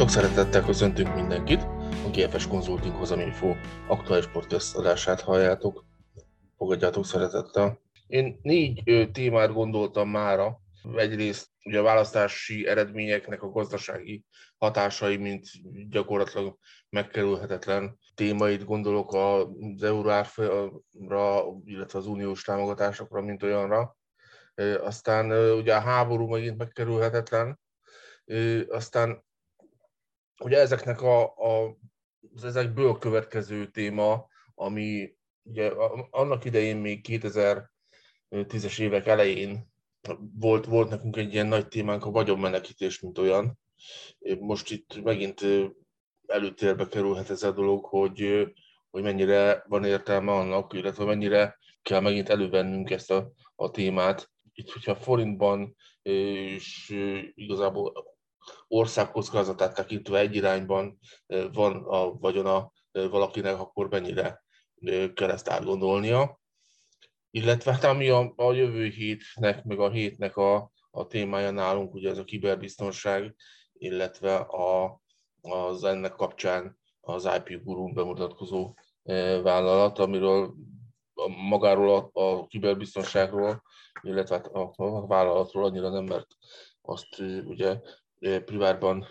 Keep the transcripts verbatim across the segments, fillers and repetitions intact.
Sok szeretettel köszöntünk mindenkit, a gé ef es Consulting Hozaminfo aktuális podcast adását halljátok. Fogadjátok szeretettel. Én négy ö, témát gondoltam mára. Egyrészt ugye a választási eredményeknek a gazdasági hatásai, mint gyakorlatilag megkerülhetetlen témait gondolok az euróárfolyamra, illetve az uniós támogatásokra, mint olyanra. Ö, aztán ö, ugye a háború megint megkerülhetetlen. Ö, aztán ugye ezeknek a, a, az ezekből következő téma, ami ugye annak idején még kétezer-tízes évek elején volt, volt nekünk egy ilyen nagy témánk, a vagyonmenekítés, mint olyan. Most itt megint előtérbe kerülhet ez a dolog, hogy, hogy mennyire van értelme annak, illetve mennyire kell megint elővennünk ezt a, a témát. Itt, hogyha forintban és igazából országkockázatát tekintve egy irányban van a vagyona valakinek, akkor mennyire kell ezt átgondolnia. Illetve hát ami a, a jövő hétnek, meg a hétnek a, a témája nálunk, ugye ez a kiberbiztonság, illetve a, az ennek kapcsán az i pé Gurun bemutatkozó vállalat, amiről magáról a, a kiberbiztonságról, illetve a, a vállalatról annyira nem, mert azt ugye privátban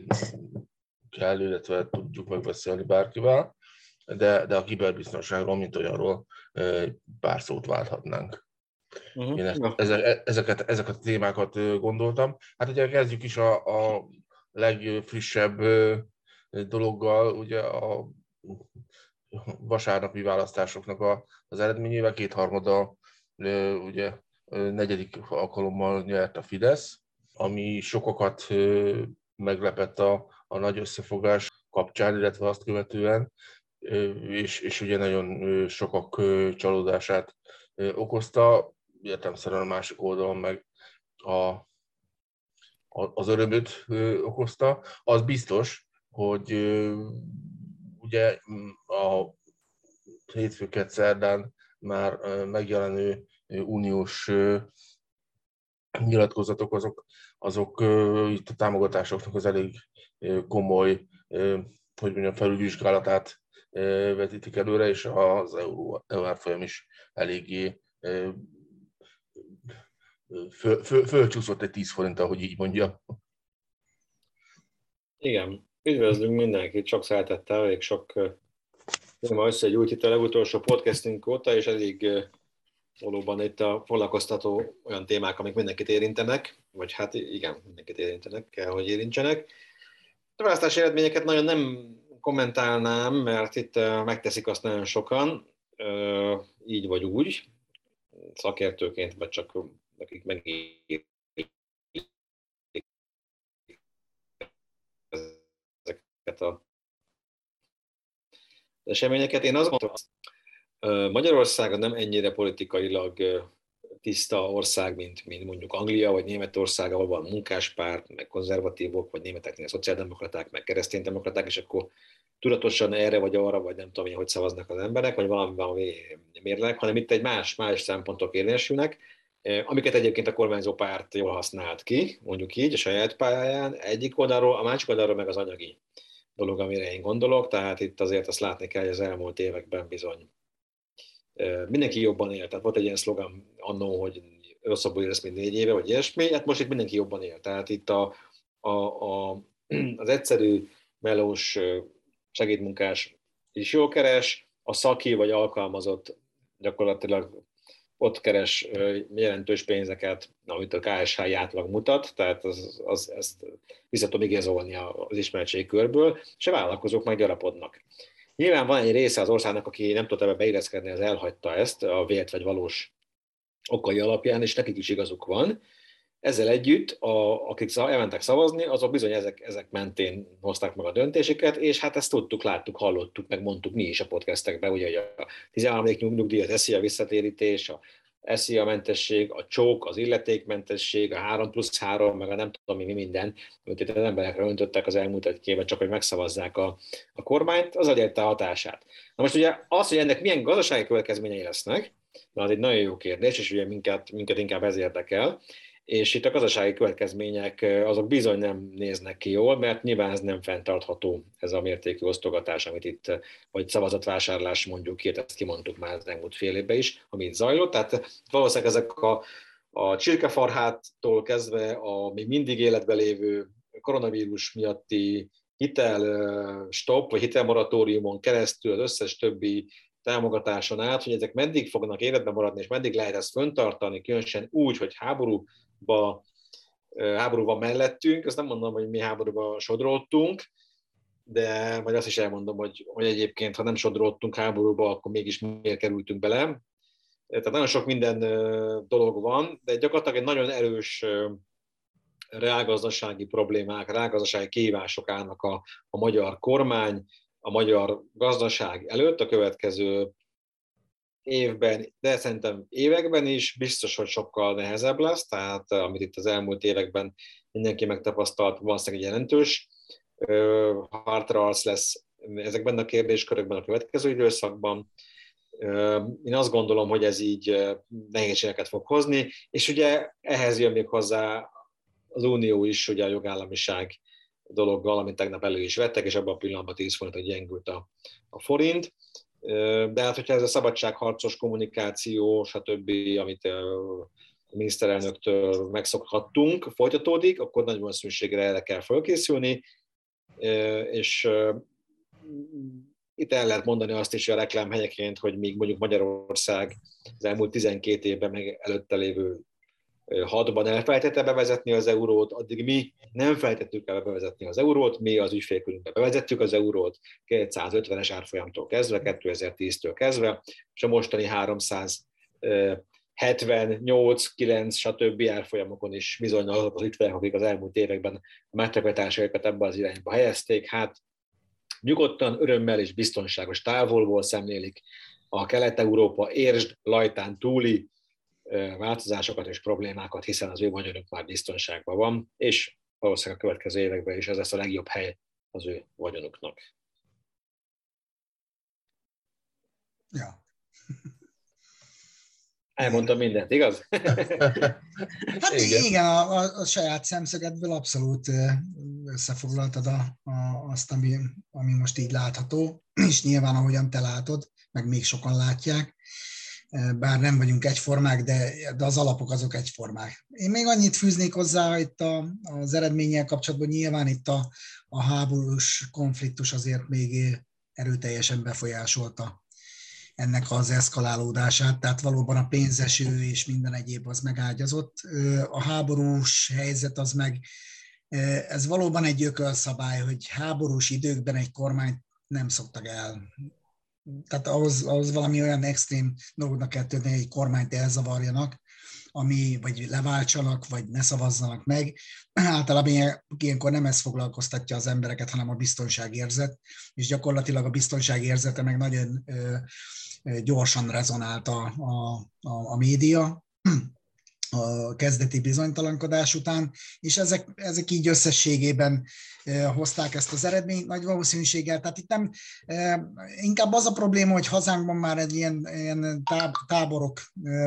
kell, illetve tudjuk megbeszélni bárkivel, de, de a kiberbiztonságról, mint olyanról pár szót válthatnánk. Uh-huh. Én ezt, ezek, ezeket, ezeket a témákat gondoltam. Hát ugye kezdjük is a, a legfrissebb dologgal, ugye a vasárnapi választásoknak a, az eredményével, kétharmada ugye negyedik alkalommal nyert a Fidesz, ami sokakat meglepett a, a nagy összefogás kapcsán, illetve azt követően, és, és ugye nagyon sokak csalódását okozta, értelemszerűen a másik oldalon meg a, a, az örömöt okozta. Az biztos, hogy ugye a hétfőket szerdán már megjelenő uniós nyilatkozatok, azok, azok uh, itt a támogatásoknak az elég uh, komoly, uh, hogy mondjam, felülvizsgálatát uh, vetítik előre, és az euró árfolyam is eléggé uh, föl, föl, fölcsúszott egy tíz forint, ahogy így mondja. Igen, üdvözlünk mindenkit, sok szeretettel, elég sok téma összegyújt itt a legutolsó podcastünk óta, és elég valóban itt a foglalkoztató olyan témák, amik mindenkit érintenek, vagy hát igen, mindenkit érintenek, kell, hogy érintsenek. A választási eredményeket nagyon nem kommentálnám, mert itt megteszik azt nagyon sokan, így vagy úgy, szakértőként, vagy csak akik megérik ezeket az eseményeket. Én azt mondom, Magyarország nem ennyire politikailag tiszta ország, mint, mint mondjuk Anglia vagy Németország, ahol van munkáspárt, meg konzervatívok, vagy németeknél szociáldemokraták, meg kereszténydemokraták, és akkor tudatosan erre vagy arra, vagy nem tudom én, hogy szavaznak az emberek, vagy valami, valami mérleg, hanem itt egy más, más szempontok érvényesülnek, amiket egyébként a kormányzó párt jól használt ki, mondjuk így, a saját pályáján, egyik oldalról, a másik oldalról meg az anyagi dolog, amire én gondolok, tehát itt azért azt látni kell, hogy az elmúlt években bizony mindenki jobban él. Tehát volt egy ilyen szlogan annó, hogy rosszabbul élsz, mint négy éve, vagy ilyesmi, hát most itt mindenki jobban él. Tehát itt a, a, a, az egyszerű, melós segédmunkás is jól keres, a szaki vagy alkalmazott gyakorlatilag ott keres jelentős pénzeket, amit a ká es há átlag mutat, tehát az, az, ezt vissza tudom igazolni az ismertségkörből, és a vállalkozók meg gyarapodnak. Nyilván van egy része az országnak, aki nem tudott ebbe beilleszkedni, az elhagyta ezt a vélt vagy valós okai alapján, és nekik is igazuk van. Ezzel együtt, a, akik elmentek szavazni, azok bizony ezek, ezek mentén hozták meg a döntéseket, és hát ezt tudtuk, láttuk, hallottuk, meg mondtuk mi is a podcastekben, ugye, hogy a tizenhárom nyugdíj, az eszi a visszatérítés, a eszi a mentesség, a csók, az illetékmentesség, a három plusz három, meg a nem tudom mi minden, amit itt az emberekre öntöttek az elmúlt egy évben, csak hogy megszavazzák a, a kormányt, az elérte a hatását. Na most ugye az, hogy ennek milyen gazdasági következményei lesznek, na az egy nagyon jó kérdés, és ugye minket, minket inkább ez érdekel. és itt a gazdasági következmények azok bizony nem néznek ki jól, mert nyilván ez nem fenntartható, ez a mértékű osztogatás, amit itt, vagy szavazatvásárlás mondjuk ki, ezt kimondtuk már az elmúlt fél évben is, amit zajlott. Tehát valószínűleg ezek a, a csirkefarhától kezdve a még mindig életben lévő koronavírus miatti hitel stop, vagy hitelmoratóriumon keresztül az összes többi támogatáson át, hogy ezek meddig fognak életben maradni, és meddig lehet ezt föntartani, különösen úgy, hogy háborúba, háború van mellettünk, azt nem mondom, hogy mi háborúba sodródtunk, de majd azt is elmondom, hogy, hogy egyébként, ha nem sodródtunk háborúba, akkor mégis miért kerültünk bele. Tehát nagyon sok minden dolog van, de gyakorlatilag egy nagyon erős reálgazdasági problémák, reálgazdasági kihívások állnak a, a magyar kormány, a magyar gazdaság előtt a következő évben, de szerintem években is biztos, hogy sokkal nehezebb lesz, tehát amit itt az elmúlt években mindenki megtapasztalt, valószínűleg egy jelentős hátraarc lesz ezekben a kérdéskörökben a következő időszakban. Én azt gondolom, hogy ez így nehézségeket fog hozni, és ugye ehhez jön még hozzá az Unió is, ugye a jogállamiság dologgal, amit tegnap elő is vettek, és abban a pillanatban tíz forintra gyengült a, a forint. De hát, hogyha ez a szabadságharcos kommunikáció, stb., amit a miniszterelnöktől megszokhattunk, folytatódik, akkor nagy valószínűséggel erre kell felkészülni, és itt el lehet mondani azt is a reklámhelyeként, hogy még mondjuk Magyarország az elmúlt tizenkét évben meg előtte lévő hatban elfelejtette bevezetni az eurót, addig mi nem felejtettük el bevezetni az eurót, mi az ügyfélkörünkbe bevezettük az eurót kétszázötvenes árfolyamtól kezdve, kétezer-tíztől kezdve, és a mostani háromszázhetvennyolc, kilenc stb. Árfolyamokon is bizony azok az ügyfelek, akik az elmúlt években a megtakarításaikat ebbe az irányba helyezték, hát nyugodtan, örömmel és biztonságos távolból szemlélik a Kelet-Európa érsd lajtán túli változásokat és problémákat, hiszen az ő vagyonuk már biztonságban van, és valószínűleg a következő években is ez lesz a legjobb hely az ő vagyonuknak. Ja. Elmondtam mindent, igaz? Hát igen, igen a, a, a saját szemszögedből abszolút összefoglaltad a, a, azt, ami, ami most így látható, és nyilván ahogyan te látod, meg még sokan látják, bár nem vagyunk egyformák, de, de az alapok azok egyformák. Én még annyit fűznék hozzá itt a, az eredménnyel kapcsolatban, nyilván itt a, a háborús konfliktus azért még erőteljesen befolyásolta ennek az eszkalálódását, tehát valóban a pénzeső és minden egyéb az megágyazott. A háborús helyzet az meg, ez valóban egy ökölszabály, hogy háborús időkben egy kormányt nem szoktak el. Tehát ahhoz, ahhoz valami olyan extrém dolognak kell történni, hogy egy kormányt elzavarjanak, ami, vagy leváltsanak, vagy ne szavazzanak meg. Általában ilyenkor nem ez foglalkoztatja az embereket, hanem a biztonságérzet, és gyakorlatilag a biztonságérzete meg nagyon ö, ö, gyorsan rezonált a, a, a, a média a kezdeti bizonytalankodás után, és ezek, ezek így összességében hozták ezt az eredményt nagy valószínűséggel. Tehát itt nem, inkább az a probléma, hogy hazánkban már egy ilyen, ilyen táborok,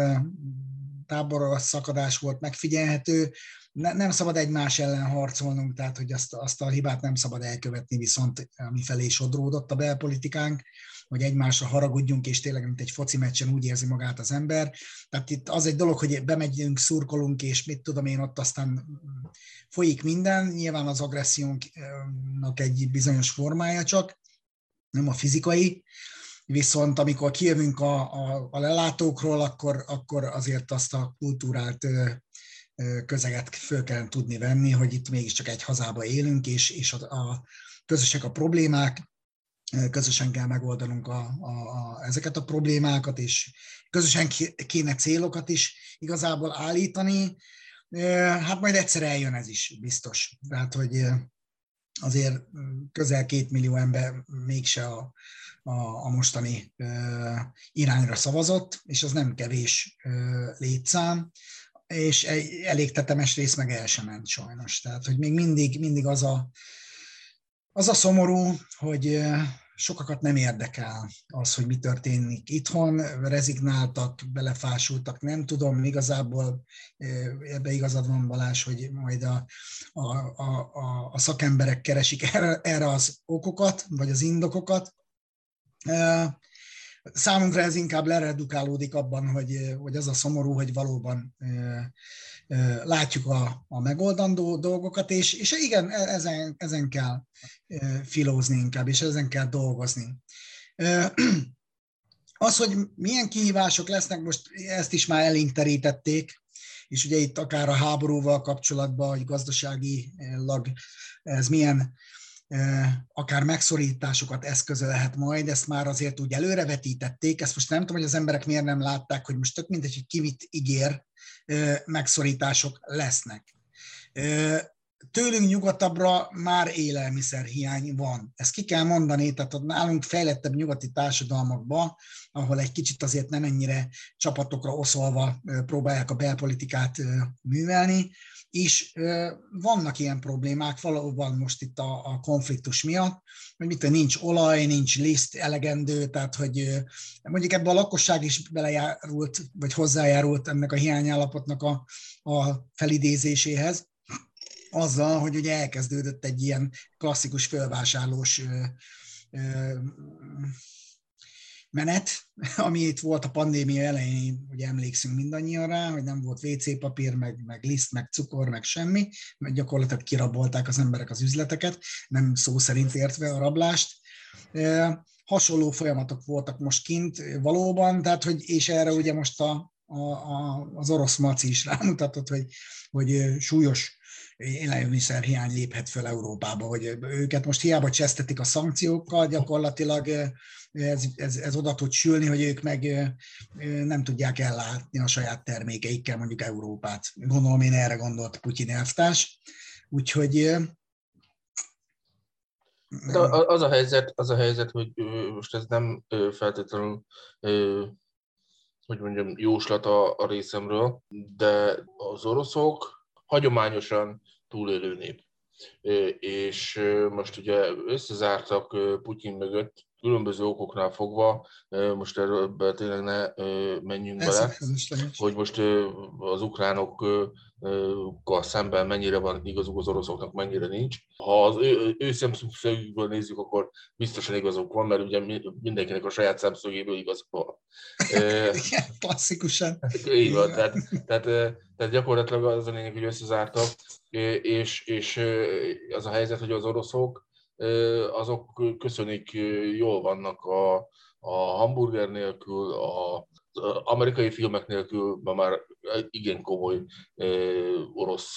táborok szakadás volt megfigyelhető, nem szabad egymás ellen harcolnunk, tehát hogy azt, azt a hibát nem szabad elkövetni, viszont ami felé sodródott a belpolitikánk, hogy egymásra haragudjunk, és tényleg, mint egy foci meccsen úgy érzi magát az ember. Tehát itt az egy dolog, hogy bemegyünk, szurkolunk, és mit tudom én, ott aztán folyik minden. Nyilván az agressziónak egy bizonyos formája csak, nem a fizikai, viszont amikor kijövünk a, a, a lelátókról, akkor, akkor azért azt a kultúrált közeget föl kell tudni venni, hogy itt mégiscsak egy hazába élünk, és, és a, a közösek a problémák, közösen kell megoldanunk a, a, a, ezeket a problémákat, és közösen kéne célokat is igazából állítani. Hát majd egyszer eljön ez is, biztos. Tehát, hogy azért közel két millió ember mégse a, a, a mostani irányra szavazott, és az nem kevés létszám, és elég tetemes rész meg el sem ment sajnos. Tehát, hogy még mindig, mindig az a, az a szomorú, hogy sokakat nem érdekel az, hogy mi történik itthon, rezignáltak, belefásultak, nem tudom, igazából ebbe igazad van, Balázs, hogy majd a, a, a, a szakemberek keresik erre, erre az okokat, vagy az indokokat. Számunkra ez inkább leredukálódik abban, hogy, hogy az a szomorú, hogy valóban látjuk a, a megoldandó dolgokat, és, és igen, ezen, ezen kell filózni inkább, és ezen kell dolgozni. Az, hogy milyen kihívások lesznek, most ezt is már elinterítették, és ugye itt akár a háborúval kapcsolatban, hogy gazdaságilag ez milyen akár megszorításokat eszközölhet majd, ezt már azért úgy előrevetítették, ezt most nem tudom, hogy az emberek miért nem látták, hogy most tök mindegy, hogy ki mit ígér, megszorítások lesznek. Tőlünk nyugatabbra már élelmiszerhiány van. Ezt ki kell mondani, tehát ott nálunk fejlettebb nyugati társadalmakban, ahol egy kicsit azért nem ennyire csapatokra oszolva próbálják a belpolitikát művelni, és vannak ilyen problémák valóban most itt a, a konfliktus miatt, hogy mit nincs olaj, nincs liszt elegendő, tehát hogy mondjuk ebben a lakosság is belejárult, vagy hozzájárult ennek a hiányállapotnak a, a felidézéséhez, azzal, hogy ugye elkezdődött egy ilyen klasszikus fölvásárlós menet, ami itt volt a pandémia elején, ugye emlékszünk mindannyian rá, hogy nem volt vé cé papír, meg, meg liszt, meg cukor, meg semmi, mert gyakorlatilag kirabolták az emberek az üzleteket, nem szó szerint értve a rablást. Hasonló folyamatok voltak most kint valóban, tehát hogy, és erre ugye most a, a, a, az orosz maci is rámutatott, hogy, hogy súlyos élelmiszerhiány léphet föl Európába, hogy őket most hiába csesztetik a szankciókkal, gyakorlatilag ez, ez, ez oda tud sülni, hogy ők meg nem tudják ellátni a saját termékeikkel mondjuk Európát. Gondolom én erre gondolt Putyin elvtárs. Úgyhogy... De az a helyzet, az a helyzet, hogy most ez nem feltétlenül, hogy mondjam, jóslat a, a részemről, de az oroszok hagyományosan túlélő nép. És most ugye összezártak Putyin mögött, különböző okoknál fogva, most erről tényleg ne menjünk bele, hogy most az ukránokkal szemben mennyire van igazuk az oroszoknak, mennyire nincs. Ha az ő, ő szemszögükből nézzük, akkor biztosan igazuk van, mert ugye mindenkinek a saját szemszögéből igazuk van. Igen, klasszikusan. Így van, tehát, tehát, tehát gyakorlatilag az a lényeg, hogy összezártak, és, és az a helyzet, hogy az oroszok azok köszönik jól vannak a, a hamburger nélkül, a az amerikai filmek nélkül ma már igen komoly orosz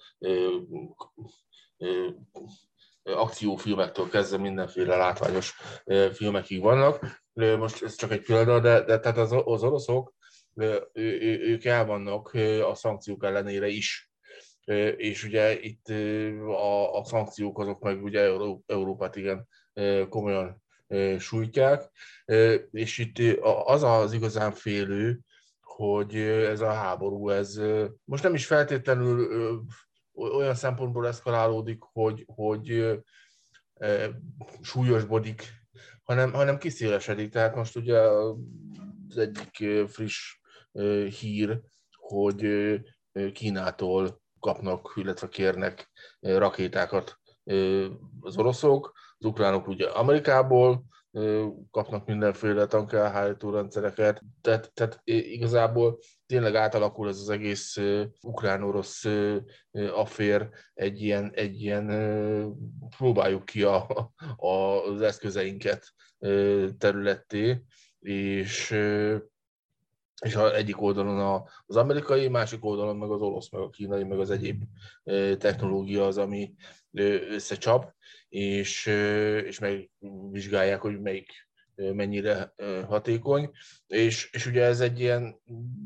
akciófilmektől kezdve mindenféle látványos filmekig vannak. Most ez csak egy példa, de, de tehát az, az oroszok, ők el vannak a szankciók ellenére is. És ugye itt a, a szankciók azok meg ugye Európát igen komolyan sújtják, és itt az az igazán félő, hogy ez a háború, ez most nem is feltétlenül olyan szempontból eszkalálódik, hogy, hogy súlyosbodik, hanem, hanem kiszélesedik. Tehát most ugye az egyik friss hír, hogy Kínától kapnak, illetve kérnek rakétákat az oroszok, az ukránok ugye Amerikából kapnak mindenféle tankelhárító rendszereket, tehát, tehát igazából tényleg átalakul ez az egész ukrán-orosz affér egy ilyen, egy ilyen próbáljuk ki a, a, az eszközeinket területté, és és az egyik oldalon az amerikai, másik oldalon meg az orosz, meg a kínai, meg az egyéb technológia az, ami összecsap, és, és megvizsgálják, hogy melyik mennyire hatékony, és, és ugye ez egy ilyen,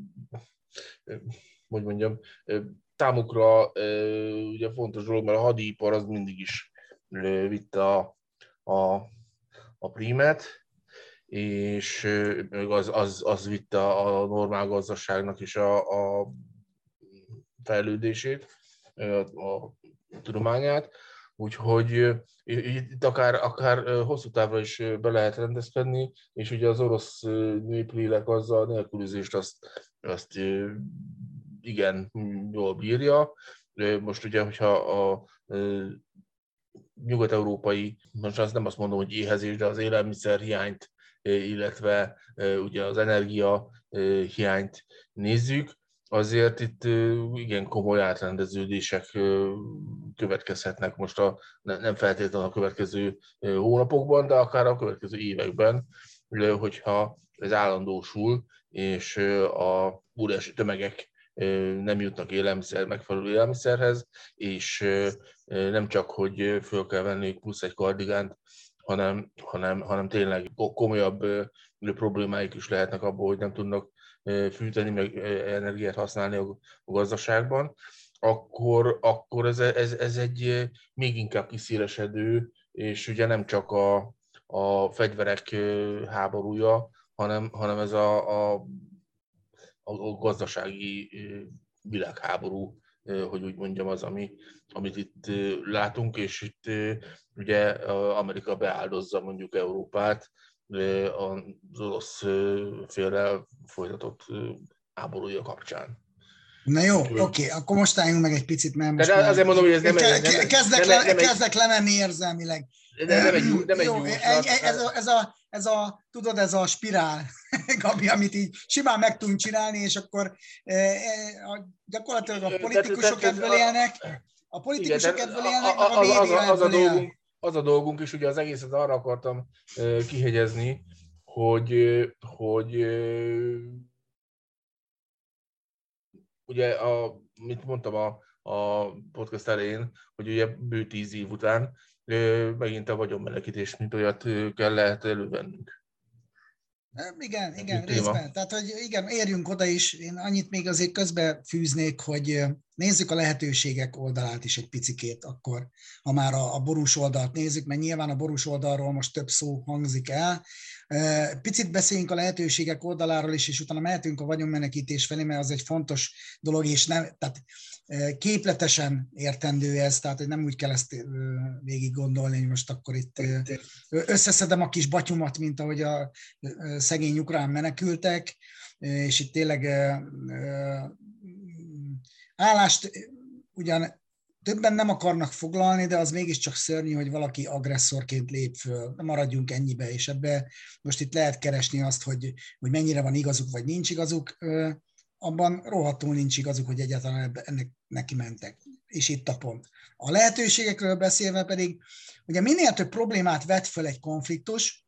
hogy mondjam, számukra ugye fontos dolog, mert a hadipar az mindig is vitte a, a, a prímet, és az, az, az vitte a normál gazdaságnak is a, a fejlődését, a, a tudományát. Úgyhogy itt akár, akár hosszú távra is be lehet rendezkedni, és ugye az orosz néplélek azzal a nélkülözést azt, azt igen jól bírja. Most ugye, hogyha a nyugat-európai, most azt nem azt mondom, hogy éhezés, de az élelmiszer hiányt, illetve ugye az energia hiányt nézzük, azért itt igen komoly átrendeződések következhetnek most a, nem feltétlenül a következő hónapokban, de akár a következő években, hogyha ez állandósul, és a óriási tömegek nem jutnak élelmiszer, megfelelő élelmiszerhez, és nem csak, hogy föl kell venniük plusz egy kardigánt, hanem, hanem, hanem tényleg komolyabb problémáik is lehetnek abból, hogy nem tudnak fűteni, meg energiát használni a gazdaságban, akkor, akkor ez, ez, ez egy még inkább kiszélesedő, és ugye nem csak a, a fegyverek háborúja, hanem, hanem ez a, a, a gazdasági világháború, hogy úgy mondjam, az, ami, amit itt látunk, és itt ugye Amerika beáldozza mondjuk Európát az orosz féllel folytatott háborúja kapcsán. Na jó, oké, okay, akkor most álljunk meg egy picit, mert most de már... azért mondom, hogy ez nem... Ke- ke- kezdek, nem, le, nem, kezdek lemenni érzelmileg. De nem egy, nem egy jó, ez, ez, a, ez, a, ez a, tudod, ez a spirál, Gabi, amit így simán meg tudunk csinálni, és akkor eh, gyakorlatilag a politikusok ebből élnek, a politikusok ebből élnek, meg a média ebből él. Az a dolgunk, és ugye az egészet arra akartam kihegyezni, hogy, hogy ugye, a, mit mondtam a, a podcast elején, hogy ugye bő tíz év után megint a vagyonmenekítés, mint olyat kell lehet elővennünk. Igen, igen, részben. Tehát, hogy igen, érjünk oda is. Én annyit még azért közbe fűznék, hogy nézzük a lehetőségek oldalát is egy picikét akkor, ha már a, a borús oldalt nézzük, mert nyilván a borús oldalról most több szó hangzik el. Picit beszéljünk a lehetőségek oldaláról is, és utána mehetünk a vagyonmenekítés felé, mert az egy fontos dolog, és nem, tehát képletesen értendő ez, tehát hogy nem úgy kell ezt végig gondolni, hogy most akkor itt összeszedem a kis batyumat, mint ahogy a szegény ukrán menekültek, és itt tényleg állást ugyan többen nem akarnak foglalni, de az mégiscsak szörnyű, hogy valaki agresszorként lép föl. Maradjunk ennyibe, és ebbe most itt lehet keresni azt, hogy, hogy mennyire van igazuk, vagy nincs igazuk. Abban rohadtul nincs igazuk, hogy egyáltalán ennek neki mentek. És itt a pont. A lehetőségekről beszélve pedig, ugye minél több problémát vet föl egy konfliktus,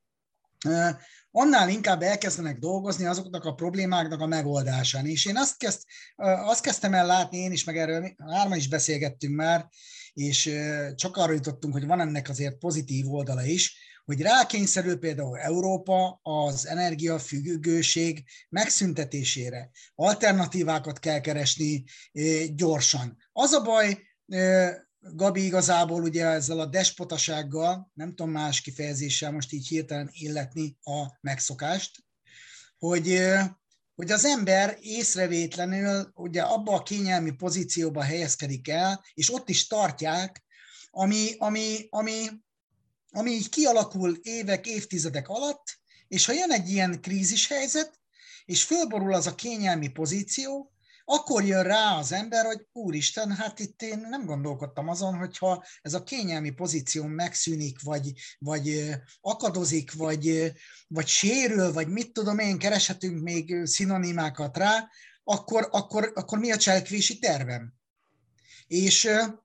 annál inkább elkezdenek dolgozni azoknak a problémáknak a megoldásán. És én azt, kezd, azt kezdtem el látni, én is, meg erről hárman is beszélgettünk már, és csak arra jutottunk, hogy van ennek azért pozitív oldala is, hogy rákényszerül például Európa az energiafüggőség megszüntetésére. Alternatívákat kell keresni gyorsan. Az a baj, Gabi, igazából ugye ezzel a despotasággal, nem tudom más kifejezéssel most így hirtelen illetni a megszokást, hogy, hogy az ember észrevétlenül ugye abba a kényelmi pozícióba helyezkedik el, és ott is tartják, ami, ami, ami, ami így kialakul évek, évtizedek alatt, és ha jön egy ilyen krízishelyzet, és fölborul az a kényelmi pozíció, akkor jön rá az ember, hogy úristen, hát itt én nem gondolkodtam azon, hogyha ez a kényelmi pozíció megszűnik, vagy, vagy akadozik, vagy, vagy sérül, vagy mit tudom én, kereshetünk még szinonimákat rá, akkor, akkor, akkor mi a cselekvési tervem? És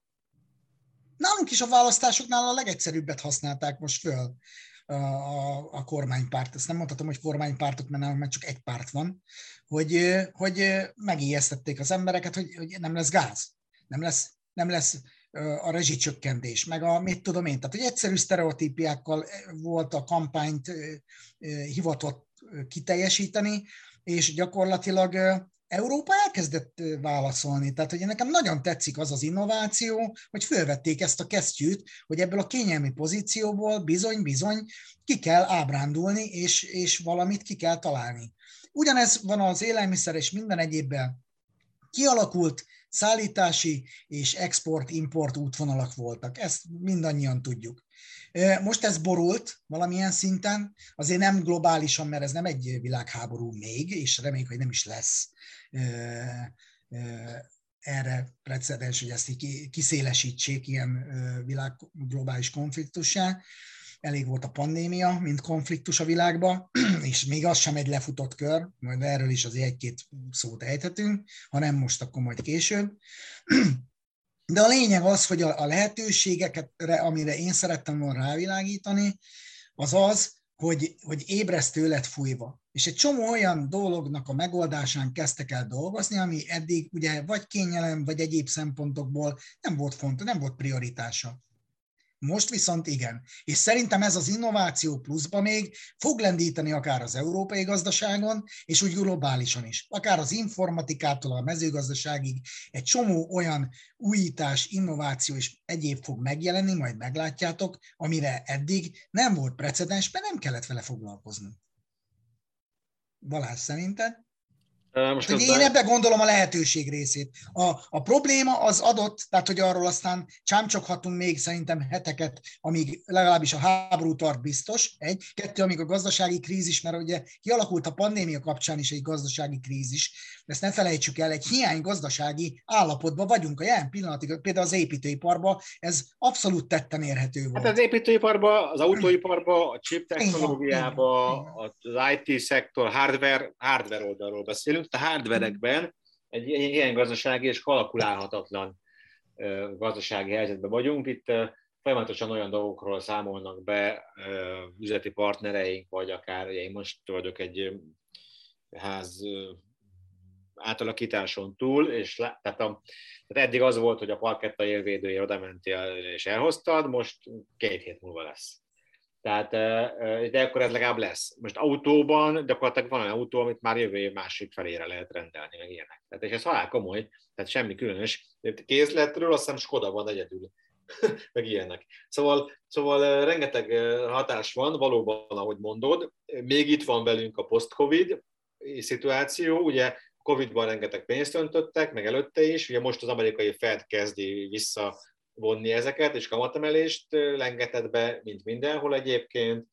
nálunk is a választásoknál a legegyszerűbbet használták most föl a, a kormánypárt. Ezt nem mondhatom, hogy kormánypártok, mert nálunk már csak egy párt van, hogy, hogy megijesztették az embereket, hogy, hogy nem lesz gáz, nem lesz, nem lesz a rezsicsökkentés, meg a mit tudom én. Tehát, hogy egyszerű sztereotípiákkal volt a kampányt hivatott kiteljesíteni, és gyakorlatilag Európa elkezdett válaszolni. Tehát, hogy nekem nagyon tetszik az az innováció, hogy fölvették ezt a kesztyűt, hogy ebből a kényelmi pozícióból bizony-bizony ki kell ábrándulni, és, és valamit ki kell találni. Ugyanez van az élelmiszer és minden egyébben kialakult szállítási és export-import útvonalak voltak. Ezt mindannyian tudjuk. Most ez borult valamilyen szinten, azért nem globálisan, mert ez nem egy világháború még, és reméljük, hogy nem is lesz erre precedens, hogy ezt kiszélesítsék ilyen világ globális konfliktussá. Elég volt a pandémia, mint konfliktus a világban, és még az sem egy lefutott kör, majd erről is azért egy-két szót ejthetünk, ha nem most, akkor majd később. De a lényeg az, hogy a lehetőségeket, amire én szerettem volna rávilágítani, az az, hogy, hogy ébresztő lett fújva. És egy csomó olyan dolognak a megoldásán kezdtek el dolgozni, ami eddig ugye vagy kényelem, vagy egyéb szempontokból nem volt fontos, nem volt prioritása. Most viszont igen. És szerintem ez az innováció pluszba még fog lendíteni akár az európai gazdaságon, és úgy globálisan is. Akár az informatikától a mezőgazdaságig egy csomó olyan újítás, innováció és egyéb fog megjelenni, majd meglátjátok, amire eddig nem volt precedens, mert nem kellett vele foglalkozni. Balázs, szerinted? Most hát, én ebben gondolom a lehetőség részét. A, a probléma az adott, tehát hogy arról aztán csámcsoghatunk még szerintem heteket, amíg legalábbis a háború tart biztos, egy, kettő, amíg a gazdasági krízis, mert ugye kialakult a pandémia kapcsán is egy gazdasági krízis, ezt ne felejtsük el, egy hiány gazdasági állapotban vagyunk a jelen pillanatig, például az építőiparban ez abszolút tetten érhető volt. Hát az építőiparban, az autóiparban, a chip technológiában, az i té szektor, hardware, hardware oldalról beszélünk, a hardverekben egy ilyen gazdasági és kalkulálhatatlan gazdasági helyzetben vagyunk. Itt folyamatosan olyan dolgokról számolnak be üzleti partnereink, vagy akár én most vagyok egy ház átalakításon túl, és tehát, a, tehát eddig az volt, hogy a parketta élvédője oda mentél és elhoztad, most két hét múlva lesz. Tehát, de akkor ez legalább lesz. Most autóban gyakorlatilag van olyan autó, amit már jövő év másik felére lehet rendelni, meg ilyenek. Tehát, és ez halál komoly, tehát semmi különös. Kézletről azt hiszem Skoda van egyedül, meg ilyenek. Szóval, szóval rengeteg hatás van, valóban, ahogy mondod. Még itt van velünk a post-covid szituáció, ugye Covidban rengeteg pénzt öntöttek, meg előtte is, ugye most az amerikai Fed kezdi visszavonni ezeket, és kamatemelést lengetett be, mint mindenhol egyébként.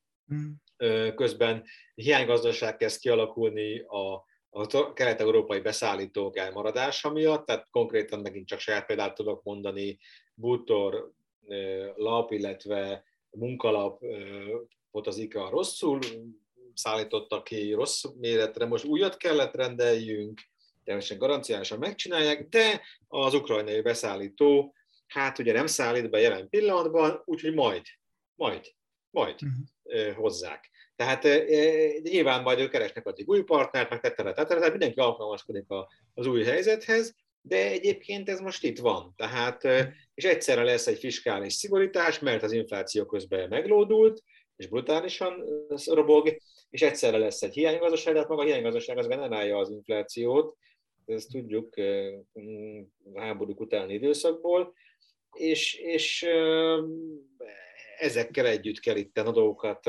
Közben hiánygazdaság kezd kialakulni a, a kelet-európai beszállítók elmaradása miatt, tehát konkrétan megint csak saját példát tudok mondani, bútor, lap, illetve munkalap volt az IKEA rosszul, szállítottak ki rossz méretre, most újat kellett rendeljünk, természetesen garanciálisan megcsinálják, de az ukrajnai beszállító, hát ugye nem szállít be jelen pillanatban, úgyhogy majd, majd, majd uh-huh. hozzák. Tehát nyilván majd ők keresnek addig új partnert, meg tettere, tettere, tehát mindenki alkalmazkodik az új helyzethez, de egyébként ez most itt van. Tehát, és egyszerre lesz egy fiskális szigorítás, mert az infláció közben meglódult, és brutálisan robog, és egyszerre lesz egy hiánygazdaság, de hát maga a hiánygazdaság az generálja az inflációt, ezt tudjuk a háborúk utáni időszakból, és, és ezekkel együtt kell itt a dolgokat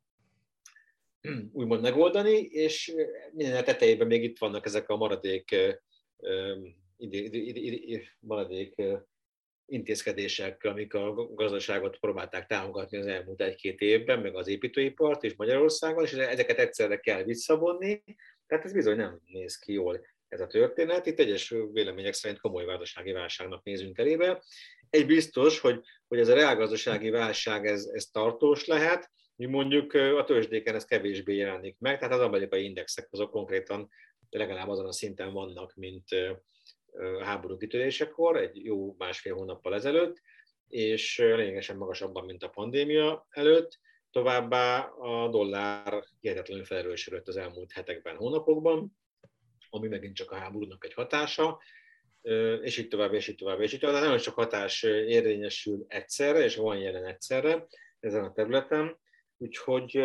úgymond megoldani, és minden tetejében még itt vannak ezek a maradék, ide, ide, ide, ide, maradék intézkedések, amik a gazdaságot próbálták támogatni az elmúlt egy-két évben, meg az építőipart és Magyarországon, és ezeket egyszerre kell visszavonni, tehát ez bizony nem néz ki jól ez a történet. Itt egyes vélemények szerint komoly gazdasági válságnak nézünk elébe. Egy biztos, hogy, hogy ez a reálgazdasági válság ez, ez tartós lehet, mi mondjuk a tőzsdéken ez kevésbé jelenik meg, tehát az amerikai indexek azok konkrétan legalább azon a szinten vannak, mint a háború kitörésekor, egy jó másfél hónappal ezelőtt, és lényegesen magasabban, mint a pandémia előtt. Továbbá a dollár hihetetlenül felerősödött az elmúlt hetekben, hónapokban, ami megint csak a háborúnak egy hatása, és így tovább, és így tovább, és így tovább. De nagyon sok hatás érvényesül egyszerre, és van jelen egyszerre ezen a területen, úgyhogy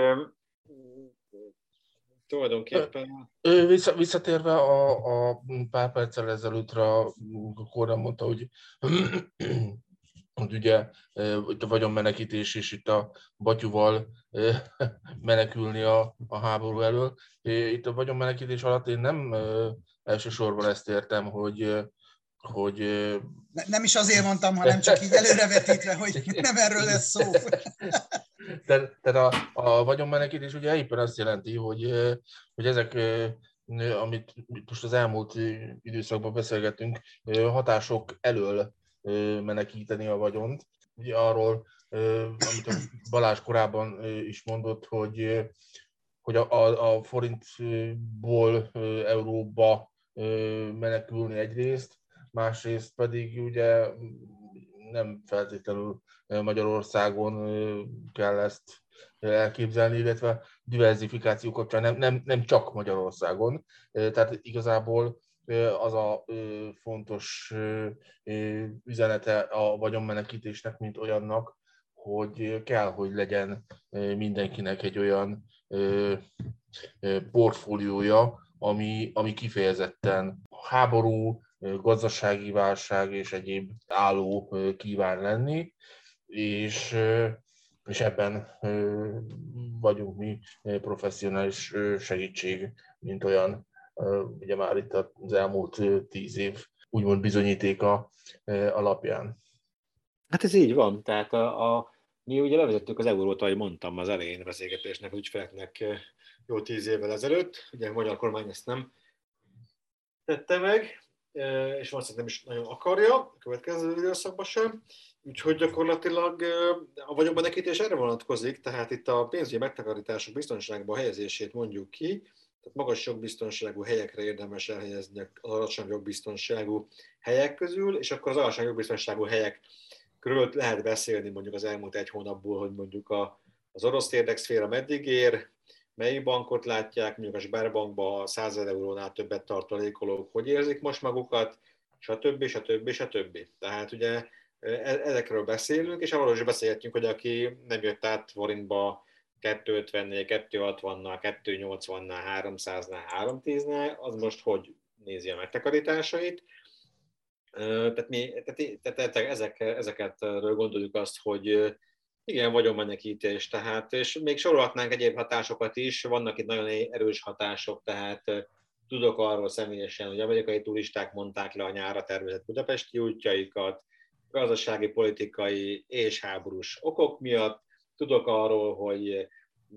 tulajdonképpen... Vissza, visszatérve a, a pár perccel ezelőttre, akkor mondta, hogy hogy ugye itt a vagyonmenekítés és itt a batyuval menekülni a, a háború elől. Itt a vagyonmenekítés alatt én nem elsősorban ezt értem, hogy, hogy ne, nem is azért mondtam, hanem csak így előrevetítve, hogy nem erről lesz szó. Tehát a, a vagyonmenekítés ugye éppen azt jelenti, hogy, hogy ezek, amit most az elmúlt időszakban beszélgettünk, hatások elől menekíteni a vagyont. Ugye arról, amit a Balázs korábban is mondott, hogy, hogy a, a, a forintból euróba menekülni egyrészt, másrészt pedig ugye nem feltétlenül Magyarországon kell ezt elképzelni, illetve diverzifikáció kapcsán nem, nem, nem csak Magyarországon. Tehát igazából az a fontos üzenete a vagyonmenekítésnek, mint olyannak, hogy kell, hogy legyen mindenkinek egy olyan portfóliója, ami, ami kifejezetten háború, gazdasági válság és egyéb álló kíván lenni, és, és ebben vagyunk mi professzionális segítség, mint olyan, ugye már itt az elmúlt tíz év úgymond bizonyítéka alapján. Hát ez így van, tehát a, a, mi ugye bevezettük az eurót, ahogy mondtam az elején a beszélgetésnek, az ügyfeleknek jó tíz évvel ezelőtt, ugye a magyar kormány ezt nem tette meg, és valószínűleg nem is nagyon akarja, a következő időszakban sem. Úgyhogy gyakorlatilag a vagyonmenekítés erre vonatkozik, tehát itt a pénzügyi megtakarítások biztonságba helyezését mondjuk ki, tehát magas jogbiztonságú helyekre érdemes elhelyezni az alacsony jogbiztonságú helyek közül, és akkor az alacsony jogbiztonságú helyekről lehet beszélni mondjuk az elmúlt egy hónapból, hogy mondjuk a, az orosz érdekszféra meddig ér, melyik bankot látják, mondjuk a Sberbankban százezer eurónál többet tartalékolók, hogy érzik most magukat, stb. stb. stb. Tehát ugye ezekről beszélünk, és arról is beszélhetünk, hogy aki nem jött át forintba kettőszázötvennel, kétszázhatvannal, kétszáznyolcvannal, háromszáznál, háromszáztíznál, az most hogy nézi a megtakarításait. Tehát, mi, tehát, tehát ezek, ezeket gondoljuk azt, hogy igen, vagyonmenekítés, tehát, és még sorolhatnánk egyéb hatásokat is, vannak itt nagyon erős hatások, tehát tudok arról személyesen, hogy amerikai turisták mondták le a nyárra tervezett budapesti útjaikat, gazdasági, politikai és háborús okok miatt, tudok arról, hogy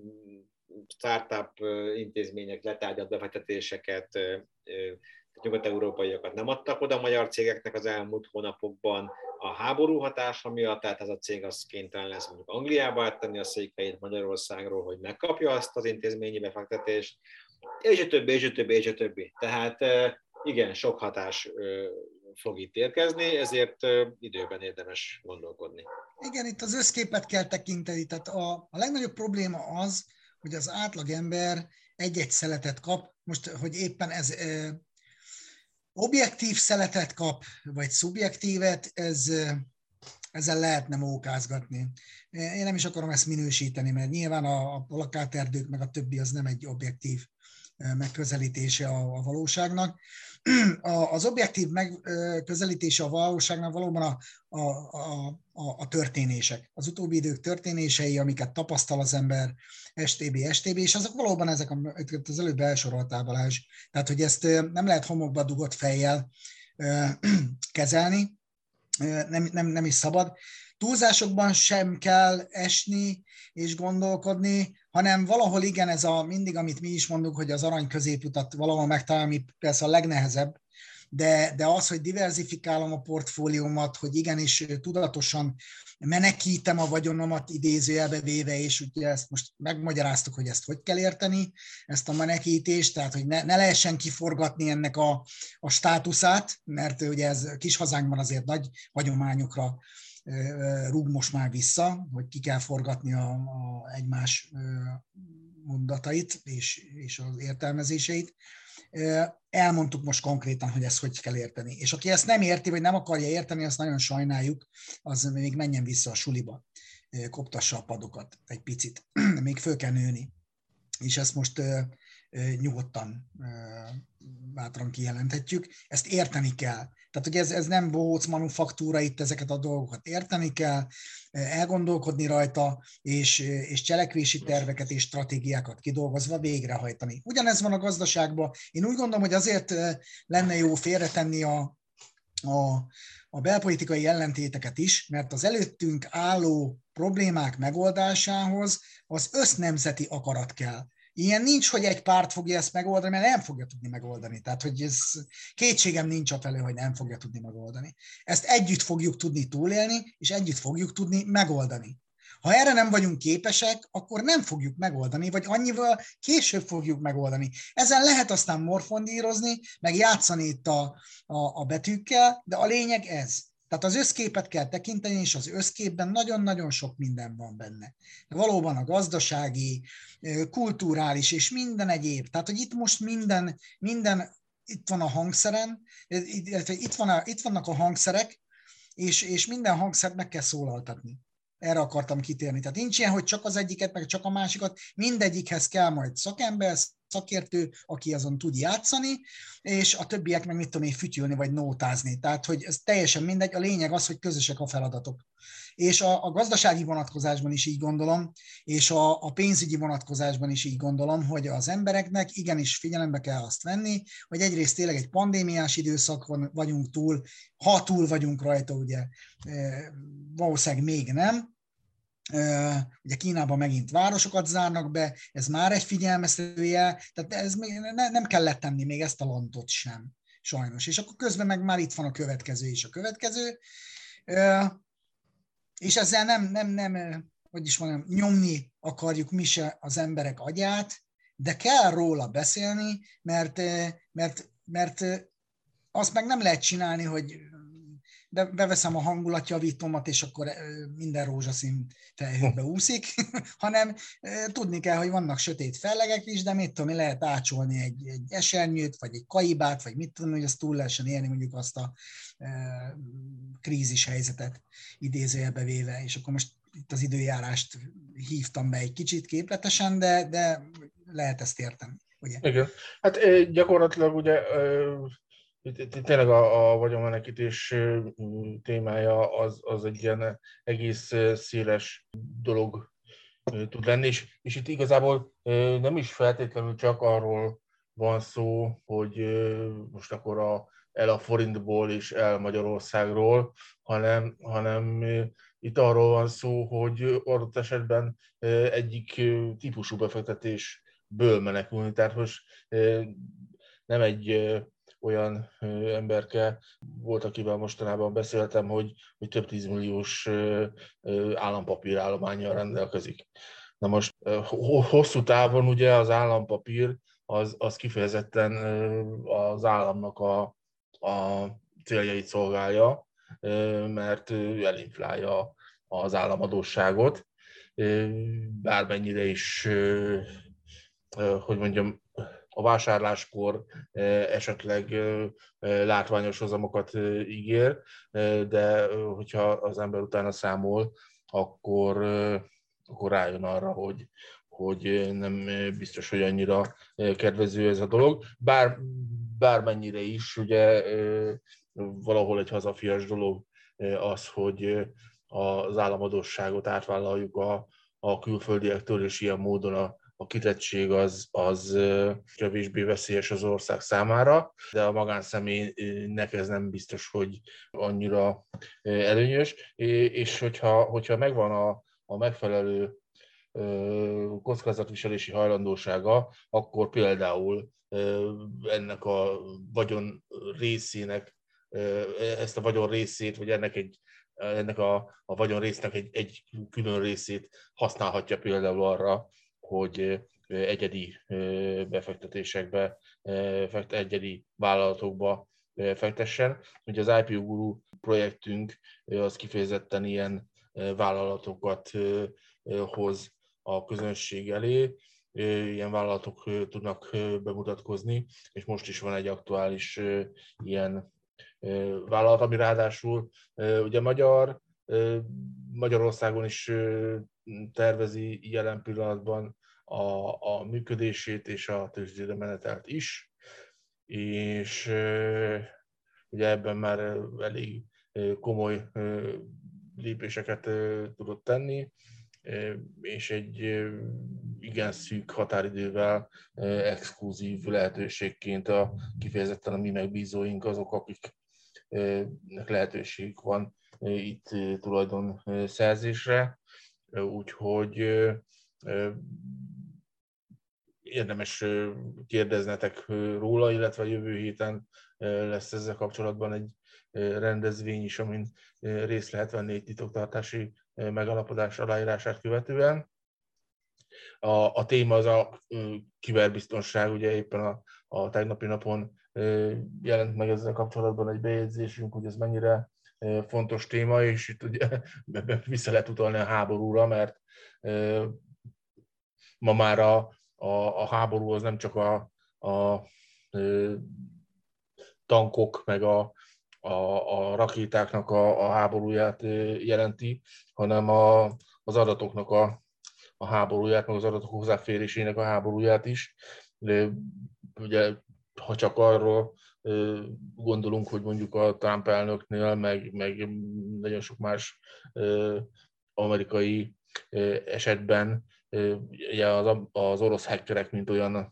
startup intézmények letárgyalt befektetéseket, nyugat-európaiakat nem adtak oda a magyar cégeknek az elmúlt hónapokban a háború hatása miatt, tehát ez a cég az kénytelen lesz mondjuk Angliába áttenni a székhelyét Magyarországról, hogy megkapja azt az intézményi befektetést, és a többi, és a többi, és a többi. Tehát igen, sok hatás fog itt érkezni, ezért időben érdemes gondolkodni. Igen, itt az összképet kell tekinteni, tehát a, a legnagyobb probléma az, hogy az átlagember egy-egy szeletet kap, most, hogy éppen ez e, objektív szeletet kap, vagy szubjektívet, ez, ezzel lehetne mókázgatni. Én nem is akarom ezt minősíteni, mert nyilván a, a plakáterdők meg a többi az nem egy objektív megközelítése a, a valóságnak. Az objektív megközelítése a valóságnak valóban a, a, a, a történések. Az utóbbi idők történései, amiket tapasztal az ember, es té bé, es té bé, és azok valóban ezek, amiket az előbb elsoroltál, Balázs. Tehát, hogy ezt nem lehet homokba dugott fejjel kezelni, nem, nem, nem is szabad. Túlzásokban sem kell esni és gondolkodni, hanem valahol igen, ez a mindig, amit mi is mondunk, hogy az arany középutat valahol megtalálni, persze a legnehezebb, de, de az, hogy diverzifikálom a portfóliómat, hogy igenis tudatosan menekítem a vagyonomat idézőjelbe véve, és ugye ezt most megmagyaráztuk, hogy ezt hogy kell érteni, ezt a menekítést, tehát hogy ne, ne lehessen kiforgatni ennek a, a státuszát, mert ugye ez kis hazánkban azért nagy hagyományokra rúg most már vissza, hogy ki kell forgatni a, a egymás mondatait és, és az értelmezéseit. Elmondtuk most konkrétan, hogy ezt hogy kell érteni. És aki ezt nem érti, vagy nem akarja érteni, azt nagyon sajnáljuk, az még menjen vissza a suliba, koptassa a padokat egy picit, még föl kell nőni. És ezt most nyugodtan bátran kijelenthetjük, ezt érteni kell. Tehát, hogy ez, ez nem bohóc manufaktúra, itt ezeket a dolgokat érteni kell, elgondolkodni rajta, és, és cselekvési terveket és stratégiákat kidolgozva végrehajtani. Ugyanez van a gazdaságban. Én úgy gondolom, hogy azért lenne jó félretenni a, a, a belpolitikai ellentéteket is, mert az előttünk álló problémák megoldásához az össznemzeti akarat kell. Ilyen nincs, hogy egy párt fogja ezt megoldani, mert nem fogja tudni megoldani. Tehát, hogy ez kétségem nincs afelé, hogy nem fogja tudni megoldani. Ezt együtt fogjuk tudni túlélni, és együtt fogjuk tudni megoldani. Ha erre nem vagyunk képesek, akkor nem fogjuk megoldani, vagy annyival később fogjuk megoldani. Ezen lehet aztán morfondírozni, meg játszani itt a, a, a betűkkel, de a lényeg ez. Tehát az összképet kell tekinteni, és az összképben nagyon-nagyon sok minden van benne. De valóban a gazdasági, kulturális és minden egyéb. Tehát, hogy itt most minden, minden itt van a hangszeren, itt, van a, itt vannak a hangszerek, és, és minden hangszert meg kell szólaltatni. Erre akartam kitérni. Tehát nincs ilyen, hogy csak az egyiket, meg csak a másikat, mindegyikhez kell majd szakember, szakértő, aki azon tud játszani, és a többiek meg mit tudom én, fütyülni vagy nótázni. Tehát, hogy ez teljesen mindegy, a lényeg az, hogy közösek a feladatok. És a, a gazdasági vonatkozásban is így gondolom, és a, a pénzügyi vonatkozásban is így gondolom, hogy az embereknek igenis figyelembe kell azt venni, hogy egyrészt tényleg egy pandémiás időszakon vagyunk túl, ha túl vagyunk rajta, ugye valószínűleg még nem. Ugye Kínában megint városokat zárnak be, ez már egy figyelmeztetője, tehát ez még ne, nem kell letenni még ezt a lantot sem, sajnos. És akkor közben meg már itt van a következő és a következő, és ezzel nem, nem, nem hogy is mondjam, nyomni akarjuk mi se az emberek agyát, de kell róla beszélni, mert, mert, mert azt meg nem lehet csinálni, hogy beveszem a hangulatjavítómat, és akkor minden rózsaszín felhőbe úszik, hanem tudni kell, hogy vannak sötét fellegek is, de mit tudom, lehet ácsolni egy, egy esernyőt, vagy egy kaibát, vagy mit tudom, hogy azt túl lehessen élni, mondjuk azt a e, krízis helyzetet idézőjelbe véve, és akkor most itt az időjárást hívtam be egy kicsit képletesen, de, de lehet ezt érteni, ugye? Igen. Hát gyakorlatilag ugye tényleg a, a vagyonmenekítés témája az, az egy ilyen egész széles dolog tud lenni, és, és itt igazából nem is feltétlenül csak arról van szó, hogy most akkor a, el a forintból és el Magyarországról, hanem, hanem itt arról van szó, hogy adott esetben egyik típusú befektetésből menekülni. Tehát most nem egy olyan emberke volt, akivel mostanában beszéltem, hogy, hogy több tízmilliós állampapírállománnyal rendelkezik. Na most hosszú távon ugye az állampapír az, az kifejezetten az államnak a, a céljait szolgálja, mert elinflálja az államadósságot, bármennyire is, hogy mondjam, a vásárláskor esetleg látványos hozamokat ígér, de hogyha az ember utána számol, akkor, akkor rájön arra, hogy, hogy nem biztos, hogy annyira kedvező ez a dolog. Bár, bármennyire is, ugye valahol egy hazafias dolog az, hogy az államadósságot átvállaljuk a, a külföldiektől, és ilyen módon a a kitettség az, az kevésbé veszélyes az ország számára, de a magánszemélynek ez nem biztos, hogy annyira előnyös, és hogyha, hogyha megvan a, a megfelelő kockázatviselési hajlandósága, akkor például ennek a vagyon részének, ezt a vagyon részét, vagy ennek egy ennek a, a vagyon résznek egy, egy külön részét használhatja például arra, hogy egyedi befektetésekbe, egyedi vállalatokba fektessen. Ugye az i pé o Guru projektünk az kifejezetten ilyen vállalatokat hoz a közönség elé, ilyen vállalatok tudnak bemutatkozni, és most is van egy aktuális ilyen vállalat, ami ráadásul ugye magyar, Magyarországon is tervezi jelen pillanatban a, a működését és a tőzsdére menetelt is, és ugye ebben már elég komoly lépéseket tudott tenni, és egy igen szűk határidővel exkluzív lehetőségként a, kifejezetten a mi megbízóink azok, akiknek lehetőségük van itt tulajdon szerzésre, úgyhogy érdemes kérdeznetek róla, illetve jövő héten lesz ezzel kapcsolatban egy rendezvény is, amin részt lehet venni egy titoktartási megállapodás aláírását követően. A, a téma az a kiberbiztonság, ugye éppen a, a tegnapi napon jelent meg ezzel kapcsolatban egy bejegyzésünk, hogy ez mennyire fontos téma, és itt ugye vissza lehet utalni a háborúra, mert ma már a, a, a háború az nem csak a, a, a tankok, meg a, a, a rakétáknak a, a háborúját jelenti, hanem a, az adatoknak a, a háborúját, meg az adatok hozzáférésének a háborúját is. De, ugye, ha csak arról gondolunk, hogy mondjuk a Trump elnöknél, meg, meg nagyon sok más amerikai esetben ugye az, az orosz hackerek, mint olyan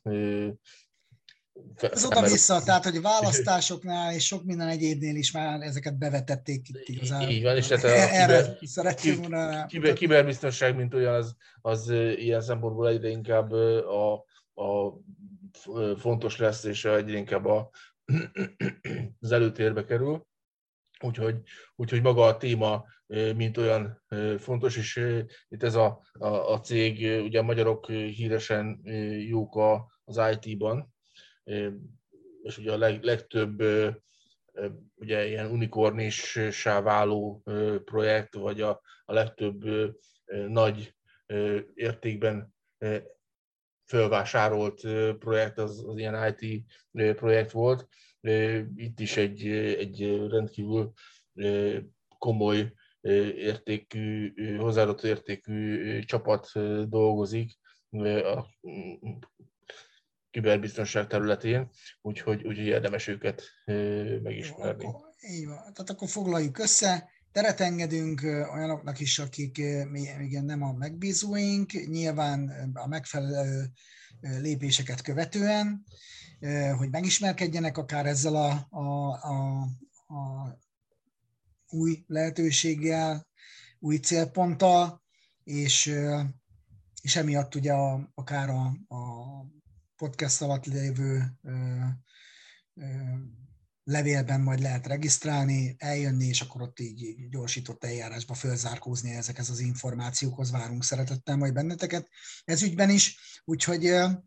Ez oda-vissza, tehát hogy választásoknál és sok minden egyébnél is már ezeket bevetették itt igazából. Így van, és tehát a erre szeretném volna kiber, kiberbiztonság, mint olyan, az, az ilyen szempontból egyre inkább a, a fontos lesz, és egyre inkább a, az előtérbe kerül. Úgyhogy, úgyhogy maga a téma, mint olyan fontos, és itt ez a, a, a cég, ugye a magyarok híresen jók az í té-ban, és ugye a leg, legtöbb ugye ilyen unikornissá váló projekt, vagy a, a legtöbb nagy értékben fölvásárolt projekt az, az ilyen í té projekt volt. Itt is egy, egy rendkívül komoly értékű, hozzáadott értékű csapat dolgozik a kiberbiztonság területén, úgyhogy, úgyhogy érdemes őket megismerni. Jó, akkor, így van. Tehát akkor foglaljuk össze, teret engedünk olyanoknak is, akik igen, nem a megbízóink, nyilván a megfelelő lépéseket követően, hogy megismerkedjenek akár ezzel a, a, a, a új lehetőséggel, új célponttal, és, és emiatt ugye a, akár a, a podcast alatt lévő ö, ö, levélben majd lehet regisztrálni, eljönni, és akkor ott így gyorsított eljárásba fölzárkózni ezekhez az információkhoz. Várunk szeretettel majd benneteket ez ügyben is. Úgyhogy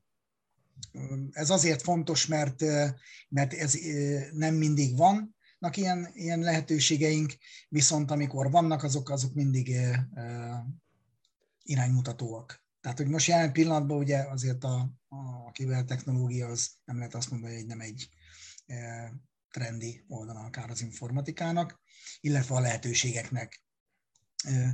ez azért fontos, mert, mert ez nem mindig vannak ilyen, ilyen lehetőségeink, viszont amikor vannak, azok, azok mindig iránymutatóak. Tehát, hogy most jelen pillanatban ugye azért a, a kibertechnológia az nem lehet azt mondani, hogy nem egy e, trendi oldala akár az informatikának, illetve a lehetőségeknek. E,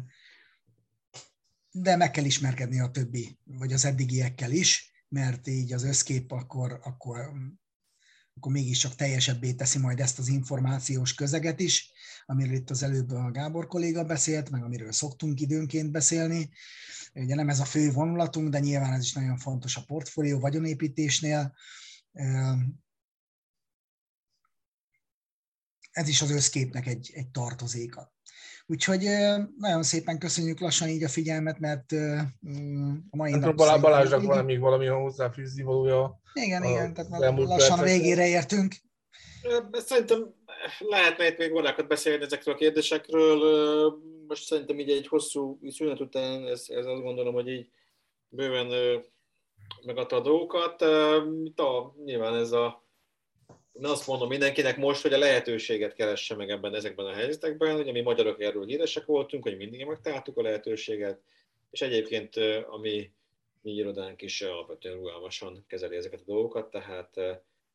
de meg kell ismerkedni a többi, vagy az eddigiekkel is, mert így az összkép akkor, akkor, akkor mégiscsak teljesebbé teszi majd ezt az információs közeget is, amiről itt az előbb a Gábor kolléga beszélt, meg amiről szoktunk időnként beszélni. Ugye nem ez a fő vonulatunk, de nyilván ez is nagyon fontos a portfólió vagyonépítésnél. Ez is az összképnek egy, egy tartozéka. Úgyhogy nagyon szépen köszönjük lassan így a figyelmet, mert a mai nap... Balázs, Balázsnak van még valami hozzáfűzni valója? Igen, igen, tehát lassan a végére értünk. Szerintem lehetne itt még vonákat beszélni ezekről a kérdésekről. Most szerintem így egy hosszú szünet után, ez, ez azt gondolom, hogy így bőven megadta a dolgokat. Ta, nyilván ez a... Én azt mondom mindenkinek most, hogy a lehetőséget keresse meg ebben, ezekben a helyzetekben. Ugye mi magyarok erről híresek voltunk, hogy mindig megtaláltuk a lehetőséget, és egyébként a mi, mi irodánk is alapvetően rugalmasan kezeli ezeket a dolgokat, tehát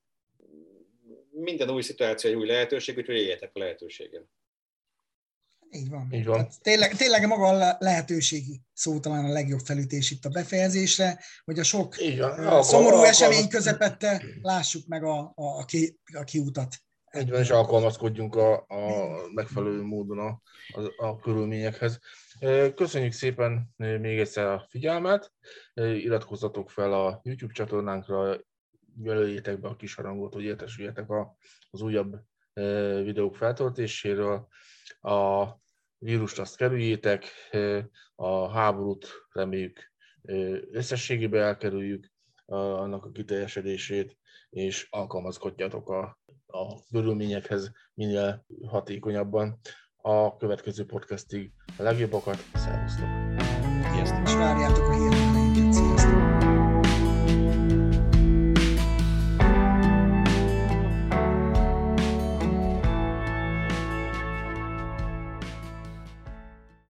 minden új szituáció egy új lehetőség, úgyhogy éljetek a lehetőséggel. Így van. Így van. Tehát tényleg, tényleg maga a lehetőségi szó talán a legjobb felütés itt a befejezésre, hogy a sok van, szomorú alkalmaz... esemény közepette lássuk meg a, a, a, ki, a kiutat. Így van, és alkalmazkodjunk a, a megfelelő módon a, a, a körülményekhez. Köszönjük szépen még egyszer a figyelmet, iratkozzatok fel a YouTube csatornánkra, jelöljétek be a kis harangot, hogy értesüljetek az újabb videók feltöltéséről. A vírust azt kerüljétek, a háborút reméljük összességében elkerüljük, annak a kiteljesedését, és alkalmazkodjatok a, a körülményekhez minél hatékonyabban. A következő podcastig a legjobbakat, szervusztok! Sziasztok! És várjátok a híreket.